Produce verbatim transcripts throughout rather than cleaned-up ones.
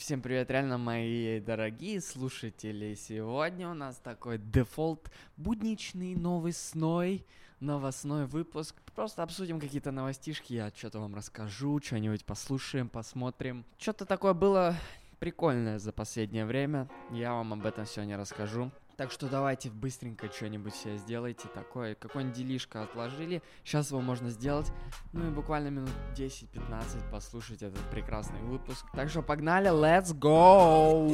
Всем привет, реально, мои дорогие слушатели. Сегодня у нас такой дефолт будничный, новостной, новостной выпуск. Просто обсудим какие-то новостишки, я что-то вам расскажу, что-нибудь послушаем, посмотрим. Что-то такое было прикольное за последнее время, я вам об этом сегодня расскажу. Так что давайте быстренько что-нибудь себе сделайте такое, какой-нибудь делишко отложили, сейчас его можно сделать, ну и буквально минут десять-пятнадцать послушать этот прекрасный выпуск. Так что погнали, let's go!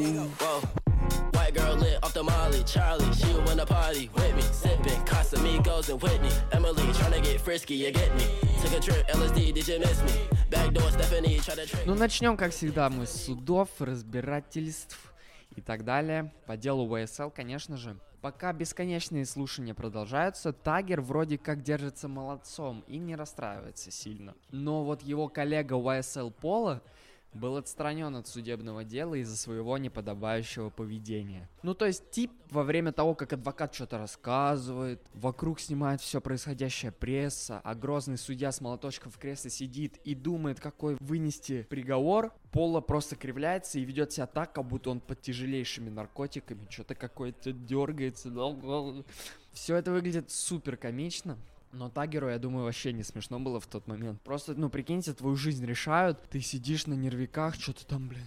White girl lit off the Molly, Charlie, she wanna party with me, sipping Casamigos and Whitney, Emily tryna get frisky, you get me, took a trip, L S D, did you miss me, backdoor Stephanie, try to trick. Ну начнем, как всегда, мы с судов, разбирательств и так далее. По делу уай эс эл, конечно же. Пока бесконечные слушания продолжаются, Тагер вроде как держится молодцом и не расстраивается сильно. Но вот его коллега уай эс эл Пола был отстранен от судебного дела из-за своего неподобающего поведения. Ну, то есть, тип во время того, как адвокат что-то рассказывает, вокруг снимает все происходящее пресса, а грозный судья с молоточком в кресле сидит и думает, какой вынести приговор, Пола просто кривляется и ведет себя так, как будто он под тяжелейшими наркотиками, что-то какое-то дергается. Все это выглядит супер комично. Но Тагеру, я думаю, вообще не смешно было в тот момент. Просто, ну, прикиньте, твою жизнь решают, ты сидишь на нервиках, что-то там, блин,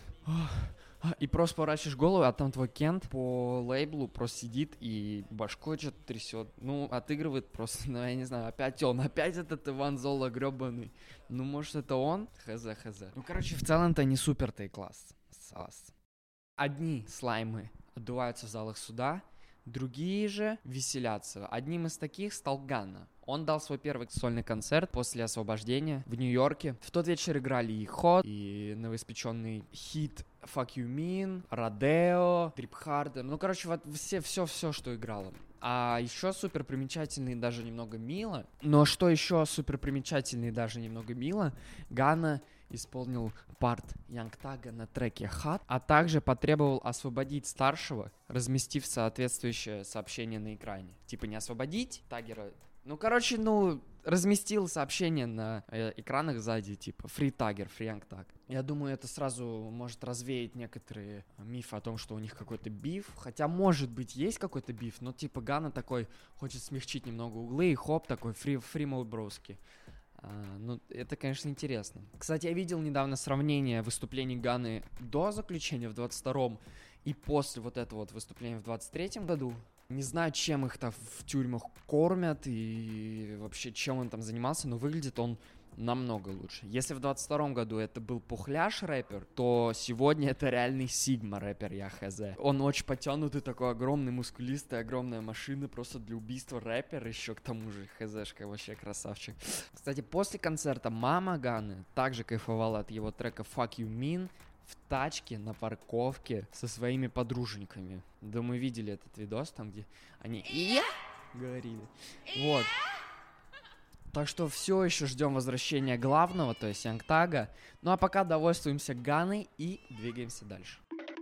и просто поворачиваешь голову, а там твой Кент по лейблу просто сидит и башкой что-то трясет. Ну, отыгрывает просто, ну, я не знаю, опять он, опять этот Иван Зола гребаный. Ну, может, это он? Хз, хз. Ну, короче, в целом-то не супер-то и класс. Сас. Одни слаймы отдуваются в залах суда, другие же веселятся. Одним из таких стал Ганна. Он дал свой первый сольный концерт после освобождения в Нью-Йорке. В тот вечер играли и Hot, и новоиспеченный хит Fuck You Mean, Rodeo, Trip Harder. Ну, короче, вот все, все, все, что играло. А еще супер примечательный, даже немного мило. Но что еще супер примечательный, даже немного мило, Ганна исполнил парт Янг Тага на треке Hot, а также потребовал освободить старшего, разместив соответствующее сообщение на экране. Типа не освободить Тагера. Ну, короче, ну, разместил сообщение на э, экранах сзади, типа Free Tiger, Free Young Tag. Я думаю, это сразу может развеять некоторые мифы о том, что у них какой-то биф. Хотя, может быть, есть какой-то биф, но типа Ганна такой хочет смягчить немного углы, и хоп, такой Free, free Mode Broski. А, ну, это, конечно, интересно. Кстати, я видел недавно сравнение выступлений Ганны до заключения в двадцать втором и после вот этого вот выступления в двадцать третьем году. Не знаю, чем их там в тюрьмах кормят и вообще чем он там занимался, но выглядит он намного лучше. Если в двадцать втором году это был пухляш рэпер, то сегодня это реальный сигма рэпер, я хз. Он очень потянутый, такой огромный, мускулистый, огромная машина просто для убийства рэпер, еще к тому же хзшка, вообще красавчик. Кстати, после концерта мама Ганны также кайфовала от его трека Fuck You Mean в тачке на парковке со своими подруженьками. Да, мы видели этот видос там, где они «Я!» говорили. Вот. Так что все еще ждем возвращения главного, то есть Янг Тага. Ну а пока довольствуемся Ганной и двигаемся дальше.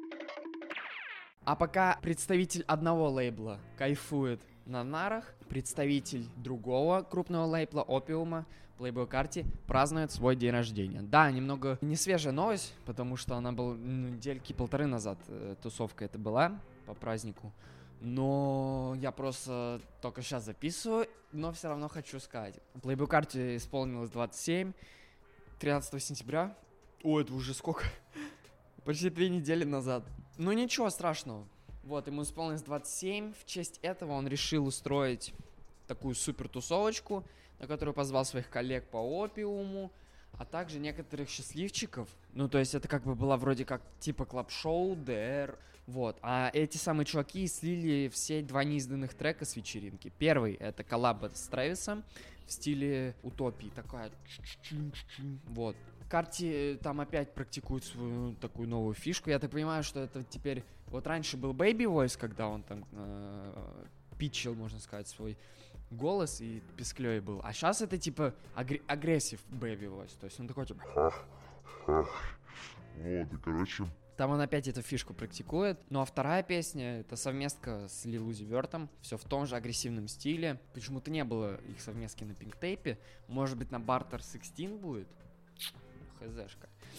А пока представитель одного лейбла кайфует на нарах, представитель другого крупного лейбла Опиума, Playboi Carti, празднует свой день рождения. Да, немного не свежая новость, потому что она была ну, недельки полторы назад, э, тусовка это была по празднику. Но я просто только сейчас записываю, но все равно хочу сказать. Playboi Carti исполнилось двадцать семь, тринадцатого сентября. О, это уже сколько? Почти две недели назад. Ну ничего страшного. Вот, ему исполнилось двадцать семь. В честь этого он решил устроить такую супер тусовочку, на которую позвал своих коллег по Опиуму, а также некоторых счастливчиков. Ну, то есть это как бы было вроде как типа клаб-шоу, ди эр. Вот. А эти самые чуваки слили все два неизданных трека с вечеринки. Первый — это коллаба с Трэвисом в стиле утопии. Такая... Вот. Карти там опять практикует свою такую новую фишку. Я так понимаю, что это теперь... Вот раньше был Baby Voice, когда он там э, питчил, можно сказать, свой голос и песклёй был. А сейчас это типа агр- агрессив Baby Voice. То есть он такой типа... Вот, и короче... Там он опять эту фишку практикует. Ну а вторая песня — это совместка с Lil Uzi Vert'ом. Все в том же агрессивном стиле. Почему-то не было их совместки на Pink Tape. Может быть, на Barter шестнадцать будет? Хзшка.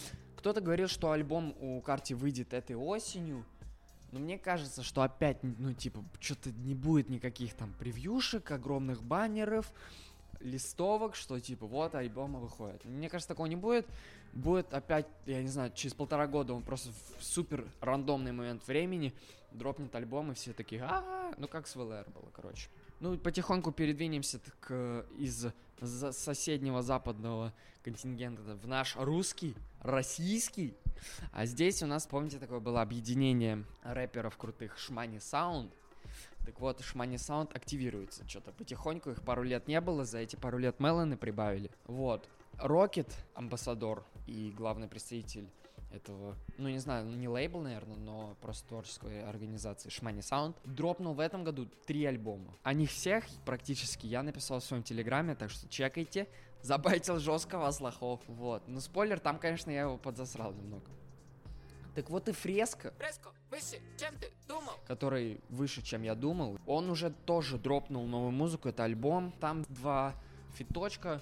Кто-то говорил, что альбом у Карти выйдет этой осенью. Но мне кажется, что опять, ну, типа, что-то не будет никаких там превьюшек, огромных баннеров, листовок, что, типа, вот, альбомы выходят. Мне кажется, такого не будет. Будет опять, я не знаю, через полтора года он просто в супер рандомный момент времени дропнет альбом, и все такие, а ну, как с вэ эл эр было, короче. Ну, потихоньку передвинемся к, из за соседнего западного контингента в наш русский, российский. А здесь у нас, помните, такое было объединение рэперов крутых Шмани Саунд. Так вот, Шмани Саунд активируется что-то потихоньку, их пару лет не было, за эти пару лет Мелоны прибавили. Вот. Рокет, амбассадор и главный представитель этого, ну не знаю, не лейбл, наверное, но просто творческой организации Шмани Саунд, дропнул в этом году три альбома. О них всех практически я написал в своем телеграме, так что чекайте. Забайтил жестко вас лохов. Вот. Ну, спойлер, там, конечно, я его подзасрал немного. Так вот и Фреско. Фреско, выше, чем ты думал? Который выше, чем я думал. Он уже тоже дропнул новую музыку, это альбом. Там два фиточка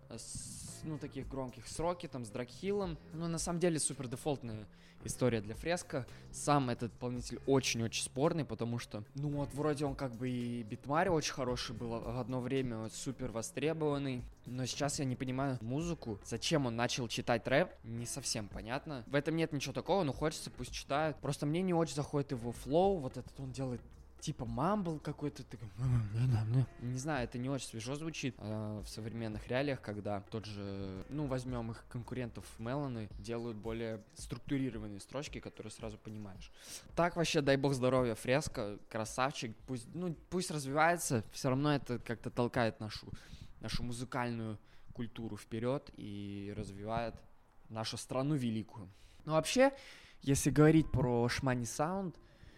с, ну, таких громких, с Рокетом, с Дракхиллом. Ну, на самом деле, супер дефолтная история для Фреско. Сам этот исполнитель очень-очень спорный, потому что, ну, вот, вроде он как бы и битмари очень хороший был в одно время, вот, супер востребованный. Но сейчас я не понимаю музыку. Зачем он начал читать рэп, не совсем понятно. В этом нет ничего такого, но хочется, пусть читают. Просто мне не очень заходит его флоу, вот этот он делает типа мамбл какой-то, такой, не знаю, это не очень свежо звучит э, в современных реалиях, когда тот же, ну, возьмем их конкурентов Мелоны, делают более структурированные строчки, которые сразу понимаешь. Так вообще, дай бог здоровья, Фреско, красавчик, пусть, ну, пусть развивается, все равно это как-то толкает нашу, нашу музыкальную культуру вперед и развивает нашу страну великую. Но вообще, если говорить про Шмани Саунд,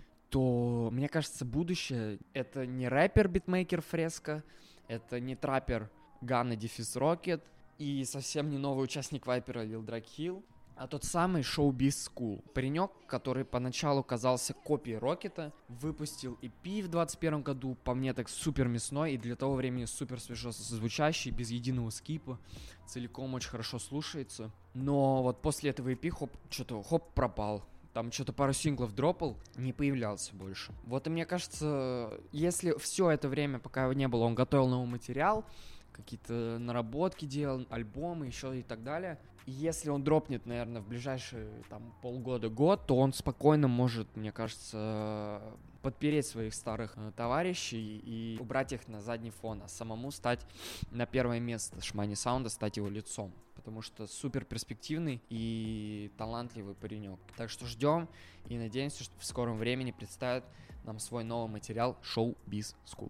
то, мне кажется, будущее — это не рэпер-битмейкер Фреско, это не траппер Ганна Дефис Рокет и совсем не новый участник Вайпера Лил Дракхилл, а тот самый Showbiz School. Паренек, который поначалу казался копией Рокета, выпустил и пи в двадцать первом году, по мне так супер мясной и для того времени супер свежо звучащий, без единого скипа, целиком очень хорошо слушается. Но вот после этого и пи хоп, что-то хоп пропал. Там что-то пару синглов дропал, не появлялся больше. Вот и мне кажется, если все это время, пока его не было, он готовил новый материал, какие-то наработки делал, альбомы, еще и так далее. И если он дропнет, наверное, в ближайшие там полгода-год, то он спокойно может, мне кажется, подпереть своих старых э, товарищей и убрать их на задний фон, а самому стать на первое место Шмани Саунда, стать его лицом. Потому что супер перспективный и талантливый паренек. Так что ждем и надеемся, что в скором времени представит нам свой новый материал Showbiz School.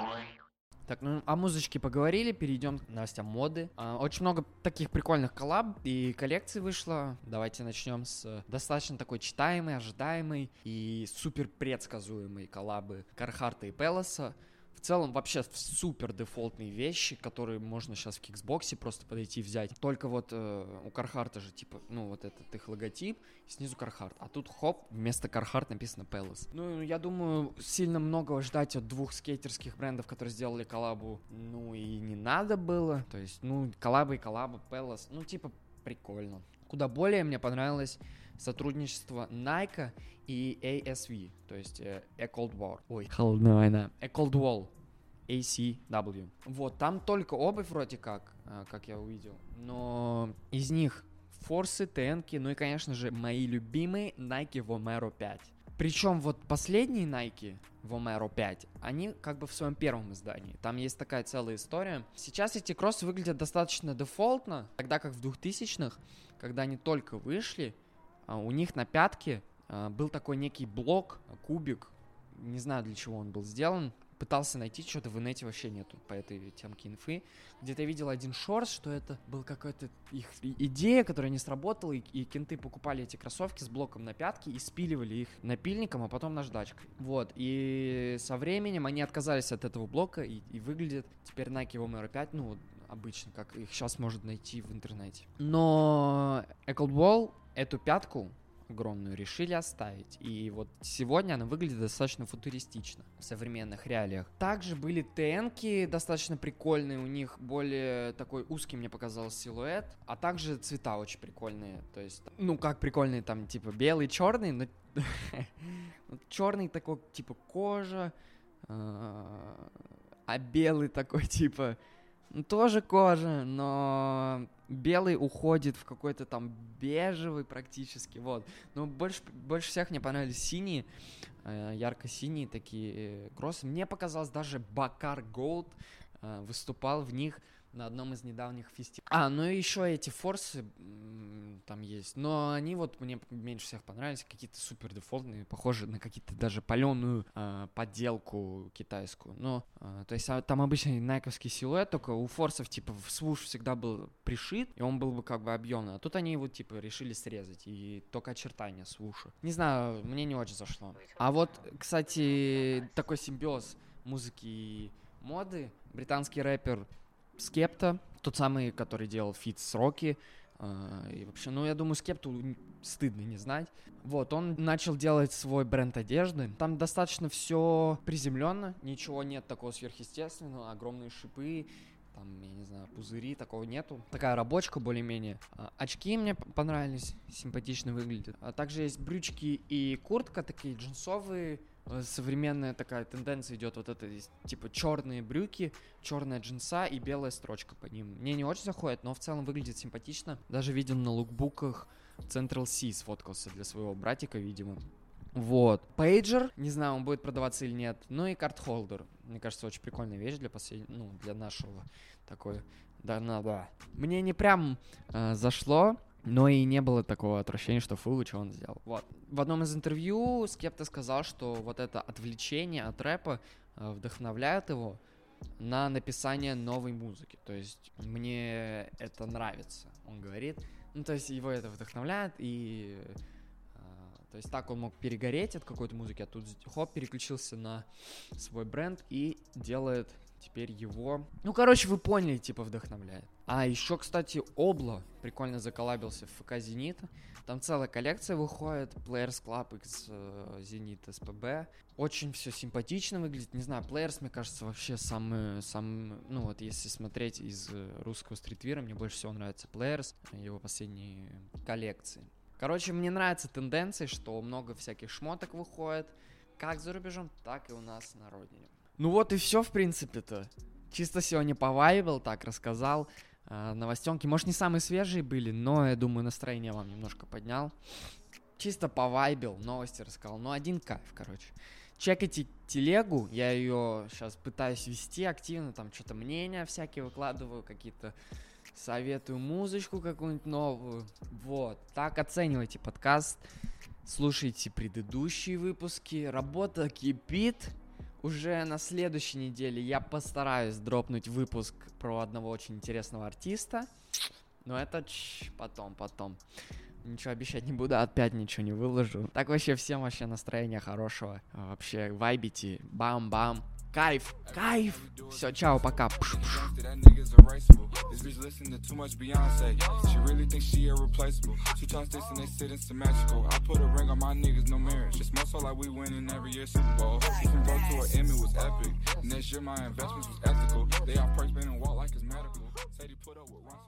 Так, ну о музычке поговорили, перейдем к новостям моды. А, очень много таких прикольных коллаб и коллекций вышло. Давайте начнем с достаточно такой читаемой, ожидаемой и супер предсказуемой коллабы Кархарта и Пелоса. В целом, вообще супер дефолтные вещи, которые можно сейчас в Киксбоксе просто подойти и взять. Только вот э, у Кархарта же, типа, ну, вот этот их логотип, снизу Кархарт. А тут, хоп, вместо Кархарт написано Palace. Ну, я думаю, сильно многого ждать от двух скейтерских брендов, которые сделали коллабу, ну, и не надо было. То есть, ну, коллаба и коллаба, Palace, ну, типа, прикольно. Куда более мне понравилось сотрудничество Nike и эй эс ви, то есть э, A Cold War. Ой, холодная война. A Cold Wall. эй си дабл ю. Вот, там только обувь вроде как, э, как я увидел. Но из них форсы, тенки, ну и, конечно же, мои любимые Nike Vomero пять. Причем вот последние Nike Vomero пять, они как бы в своем первом издании. Там есть такая целая история. Сейчас эти кроссы выглядят достаточно дефолтно, тогда как в двухтысячных, когда они только вышли, у них на пятке был такой некий блок, кубик, не знаю, для чего он был сделан. Пытался найти, что-то в инете вообще нету по этой темке инфы. Где-то я видел один шорс, что это была какая-то их идея, которая не сработала, и, и кенты покупали эти кроссовки с блоком на пятки и спиливали их напильником, а потом наждачкой. Вот, и со временем они отказались от этого блока, и, и выглядит теперь Nike Vomero пять, ну, обычно, как их сейчас можно найти в интернете. Но A Cold Wall эту пятку огромную решили оставить. И вот сегодня она выглядит достаточно футуристично в современных реалиях. Также были ТНки достаточно прикольные, у них более такой узкий, мне показался, силуэт, а также цвета очень прикольные. То есть, ну как прикольные, там типа белый, черный, но черный такой типа кожа, а белый такой типа ну, тоже кожа, но белый уходит в какой-то там бежевый практически, вот. Но больше, больше всех мне понравились синие, э, ярко-синие такие кроссы. Мне показалось, даже Бакар Голд э, выступал в них на одном из недавних фестивалей. А, ну и еще эти форсы м- там есть, но они вот мне меньше всех понравились, какие-то супер дефолтные, похожи на какие-то даже паленую э, подделку китайскую. Но, э, то есть а, там обычный найковский силуэт, только у форсов типа в свуш всегда был пришит, и он был бы как бы объемный, а тут они его типа решили срезать, и только очертания свуша. Не знаю, мне не очень зашло. А вот, кстати, такой симбиоз музыки и моды, британский рэпер Скепта, тот самый, который делал фит с Рокки, э, и вообще, ну, я думаю, Скепту стыдно не знать. Вот, он начал делать свой бренд одежды. Там достаточно все приземленно, ничего нет такого сверхъестественного, огромные шипы, там, я не знаю, пузыри, такого нету. Такая рабочка более-менее. А, очки мне понравились, симпатично выглядят. А также есть брючки и куртка, такие джинсовые. Современная такая тенденция идет, вот это типа черные брюки, черная джинса и белая строчка по ним. Мне не очень заходит, но в целом выглядит симпатично. Даже видел на лукбуках Central C сфоткался для своего братика, видимо. Вот. Пейджер, не знаю, он будет продаваться или нет. Ну и карт-холдер. Мне кажется, очень прикольная вещь для послед... ну, для нашего такой. Да, ну, да. Мне не прям э, зашло. Но и не было такого отвращения, что фу, что он сделал. Вот. В одном из интервью Скепта сказал, что вот это отвлечение от рэпа э, вдохновляет его на написание новой музыки. То есть мне это нравится, он говорит. Ну, то есть его это вдохновляет, и э, то есть так он мог перегореть от какой-то музыки, а тут хоп, переключился на свой бренд и делает теперь его... Ну, короче, вы поняли, типа, вдохновляет. А еще, кстати, Обло прикольно заколлабился в ФК Зенита. Там целая коллекция выходит. Players Club X э, Зенит СПБ. Очень все симпатично выглядит. Не знаю, Players, мне кажется, вообще самый... самый ну, вот если смотреть из русского стритвира, мне больше всего нравится Players, его последние коллекции. Короче, мне нравятся тенденции, что много всяких шмоток выходит. Как за рубежом, так и у нас на родине. Ну вот и все, в принципе-то. Чисто сегодня повайбил, так рассказал. Э, новостенки, может, не самые свежие были, но, я думаю, настроение вам немножко поднял. Чисто повайбил, новости рассказал. Ну, один кайф, короче. Чекайте телегу, я ее сейчас пытаюсь вести активно, там что-то мнения всякие выкладываю, какие-то советую музычку какую-нибудь новую. Вот, так оценивайте подкаст, слушайте предыдущие выпуски. Работа кипит. Уже на следующей неделе я постараюсь дропнуть выпуск про одного очень интересного артиста. Но это ч, потом, потом. Ничего обещать не буду, опять ничего не выложу. Так вообще всем вообще настроения хорошего. Вообще вайбите, бам-бам. Кайф, кайф. Все, чао, пока. This bitch listen to too much Beyonce. She really thinks she irreplaceable. She talks this and they sit in symmetrical. I put a ring on my niggas, no marriage. Just more so like we winning every year Super Bowl. Even go to an M, it was epic. Next year my investments was ethical. They all perks been and walk like it's medical. Say they put up with